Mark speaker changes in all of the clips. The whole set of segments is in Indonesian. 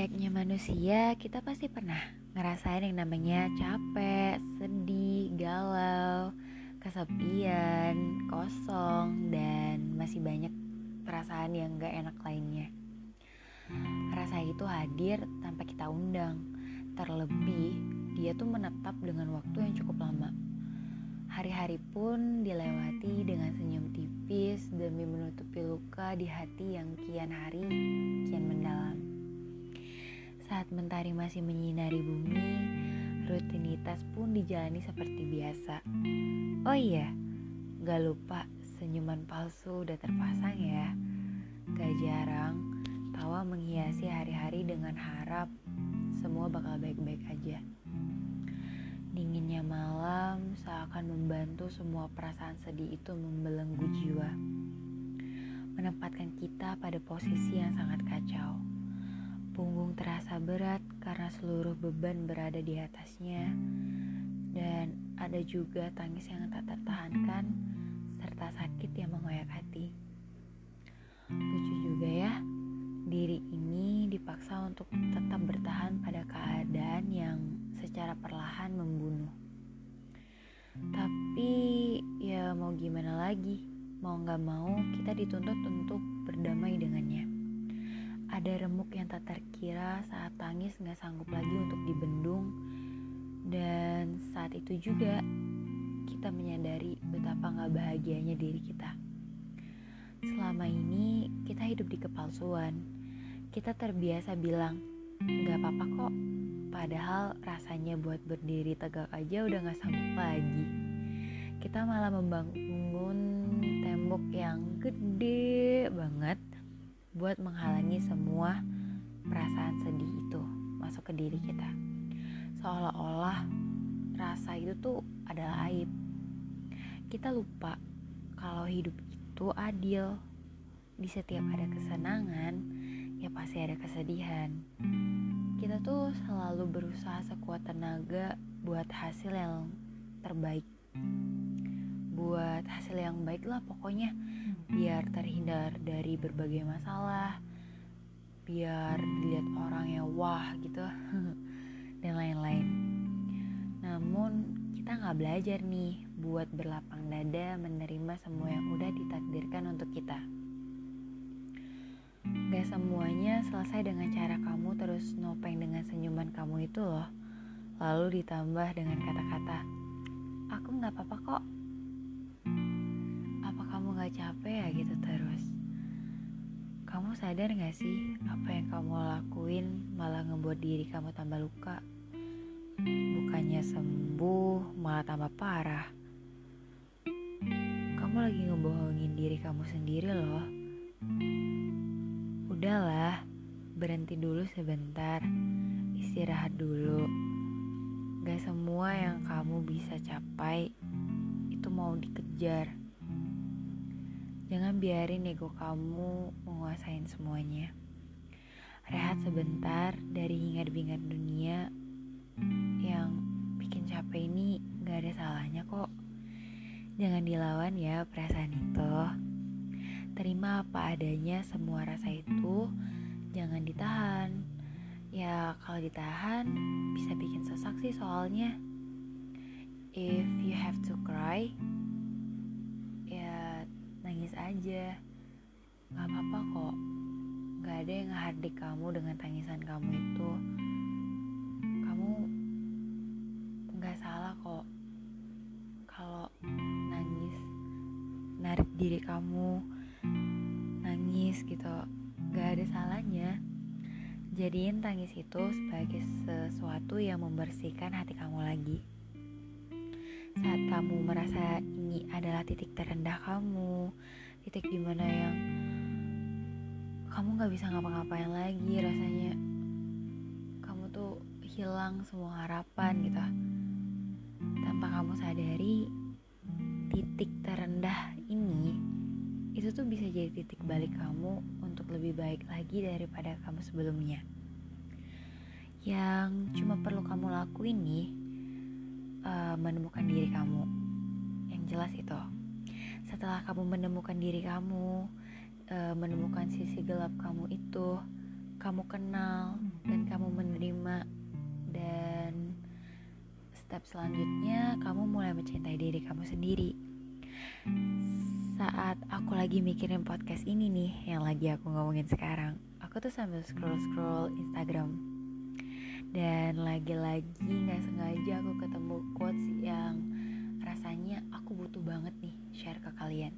Speaker 1: Layaknya manusia, kita pasti pernah ngerasain yang namanya capek, sedih, galau, kesepian, kosong, dan masih banyak perasaan yang gak enak lainnya. Rasa itu hadir tanpa kita undang. Terlebih, dia tuh menetap dengan waktu yang cukup lama. Hari-hari pun dilewati dengan senyum tipis demi menutupi luka di hati yang kian hari kian mendalam. Saat mentari masih menyinari bumi, rutinitas pun dijalani seperti biasa. Oh iya, gak lupa senyuman palsu udah terpasang ya. Gak jarang tawa menghiasi hari-hari dengan harap semua bakal baik-baik aja. Dinginnya malam seakan membantu semua perasaan sedih itu membelenggu jiwa, menempatkan kita pada posisi yang sangat kacau. Punggung terasa berat karena seluruh beban berada di atasnya, dan ada juga tangis yang tak tertahankan serta sakit yang mengoyak hati. Lucu juga ya, diri ini dipaksa untuk tetap bertahan pada keadaan yang secara perlahan membunuh. Tapi ya mau gimana lagi, mau gak mau kita dituntut untuk berdamai dengannya. Ada remuk yang tak terkira saat tangis gak sanggup lagi untuk dibendung. Dan saat itu juga kita menyadari betapa gak bahagianya diri kita. Selama ini kita hidup di kepalsuan. Kita terbiasa bilang, gak apa-apa kok. Padahal rasanya buat berdiri tegak aja udah gak sanggup lagi. Kita malah membangun tembok yang gede banget buat menghalangi semua perasaan sedih itu masuk ke diri kita. Seolah-olah rasa itu tuh adalah aib. Kita lupa kalau hidup itu adil. Di setiap ada kesenangan, ya pasti ada kesedihan. Kita tuh selalu berusaha sekuat tenaga buat hasil yang terbaik. Buat hasil yang baik lah pokoknya. Biar terhindar dari berbagai masalah, biar dilihat orang yang wah gitu dan lain-lain. Namun kita gak belajar nih buat berlapang dada menerima semua yang udah ditakdirkan untuk kita. Gak semuanya selesai dengan cara kamu terus nopeng dengan senyuman kamu itu loh. Lalu ditambah dengan kata-kata, aku gak apa-apa kok. Apa kamu gak capek ya gitu terus? Kamu sadar gak sih apa yang kamu lakuin malah ngebuat diri kamu tambah luka? Bukannya sembuh malah tambah parah. Kamu lagi ngebohongin diri kamu sendiri loh. Udahlah, berhenti dulu sebentar. Istirahat dulu. Gak semua yang kamu bisa capai itu mau dikejar. Jangan biarin ego kamu menguasain semuanya. Rehat sebentar dari hingar-bingar dunia yang bikin capek ini gak ada salahnya kok. Jangan dilawan ya perasaan itu. Terima apa adanya semua rasa itu. Jangan ditahan. Ya kalau ditahan bisa bikin sesak sih soalnya. If you have to cry, ya nangis aja. Gak apa-apa kok. Gak ada yang ngehardik kamu dengan tangisan kamu itu. Kamu gak salah kok kalau nangis, narik diri kamu nangis gitu. Gak ada salahnya. Jadiin tangis itu sebagai sesuatu yang membersihkan hati kamu lagi. Saat kamu merasa ini adalah titik terendah kamu, titik dimana yang kamu gak bisa ngapa-ngapain lagi, rasanya kamu tuh hilang semua harapan gitu. Tanpa kamu sadari, titik terendah ini itu tuh bisa jadi titik balik kamu untuk lebih baik lagi daripada kamu sebelumnya. Yang cuma perlu kamu lakuin nih, menemukan diri kamu. Yang jelas itu. Setelah kamu menemukan diri kamu, menemukan sisi gelap kamu itu, kamu kenal dan kamu menerima, dan step selanjutnya kamu mulai mencintai diri kamu sendiri. Saat aku lagi mikirin podcast ini nih, yang lagi aku ngomongin sekarang, aku tuh sambil scroll Instagram, dan lagi-lagi gak sengaja aku ketemu quotes yang rasanya aku butuh banget nih share ke kalian.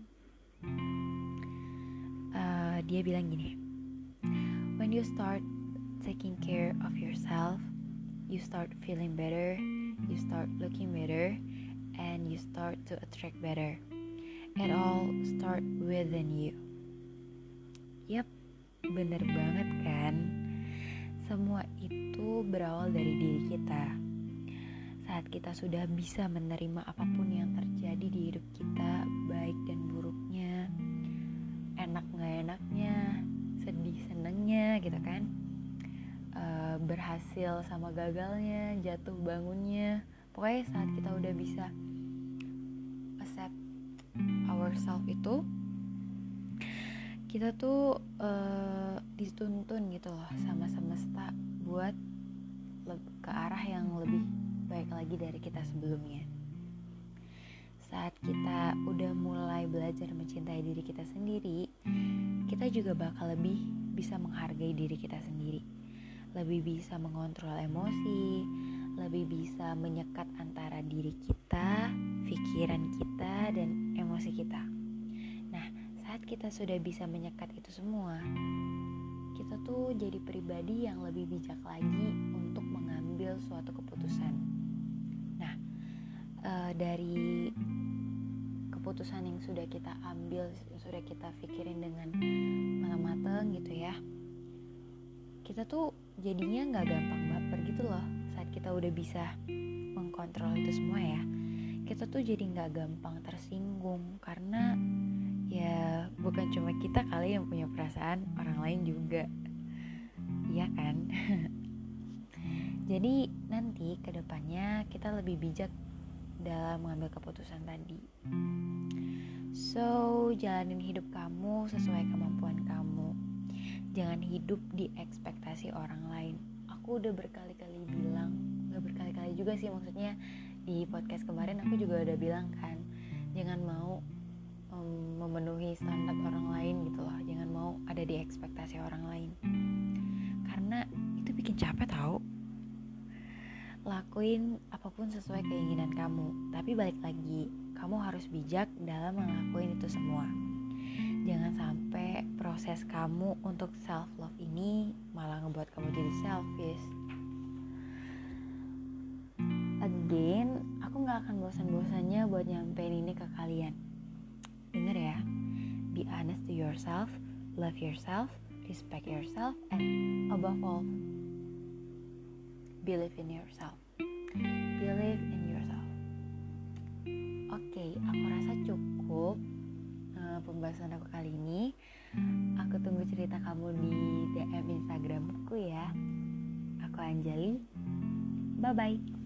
Speaker 1: Dia bilang gini, when you start taking care of yourself, you start feeling better, you start looking better, and you start to attract better. It all start within you. Yap, bener banget kan? Semua itu berawal dari diri kita. Saat kita sudah bisa menerima apapun yang terjadi di hidup kita, baik dan buruknya, enak gak enaknya, sedih senengnya gitu kan, berhasil sama gagalnya, jatuh bangunnya. Pokoknya saat kita udah bisa accept ourselves itu, kita tuh dituntun gitu loh sama semesta buat ke arah yang lebih baik lagi dari kita sebelumnya. Saat kita udah mulai belajar mencintai diri kita sendiri, kita juga bakal lebih bisa menghargai diri kita sendiri, lebih bisa mengontrol emosi, lebih bisa menyekat antara diri kita, pikiran kita, dan emosi kita. Nah, saat kita sudah bisa menyekat itu semua, kita tuh jadi pribadi yang lebih bijak lagi untuk mengambil suatu keputusan. Nah, dari keputusan yang sudah kita ambil, sudah kita pikirin dengan matang-matang gitu ya, kita tuh jadinya gak gampang baper gitu loh. Saat kita udah bisa mengkontrol itu semua ya, kita tuh jadi gak gampang tersinggung, karena ya bukan cuma kita kali yang punya perasaan, orang lain juga, iya kan? Jadi nanti kedepannya kita lebih bijak dalam mengambil keputusan tadi. So, jalanin hidup kamu sesuai kemampuan kamu. Jangan hidup di ekspektasi orang lain. Aku udah berkali-kali bilang, gak berkali-kali juga sih, maksudnya di podcast kemarin aku juga udah bilang kan, jangan mau memenuhi standar orang lain gitu loh. Jangan mau ada di ekspektasi orang lain, karena itu bikin capek tau. Lakuin apapun sesuai keinginan kamu, tapi balik lagi, kamu harus bijak dalam ngelakuin itu semua. Jangan sampai proses kamu untuk self love ini malah ngebuat kamu jadi selfish. Again, aku gak akan bosan-bosannya buat nyampein ini ke kalian. Dengar ya, be honest to yourself, love yourself, respect yourself, and above all, believe in yourself. Believe in yourself. Oke, aku rasa cukup pembahasan aku kali ini. Aku tunggu cerita kamu di DM Instagramku ya. Aku Anjali. Bye-bye.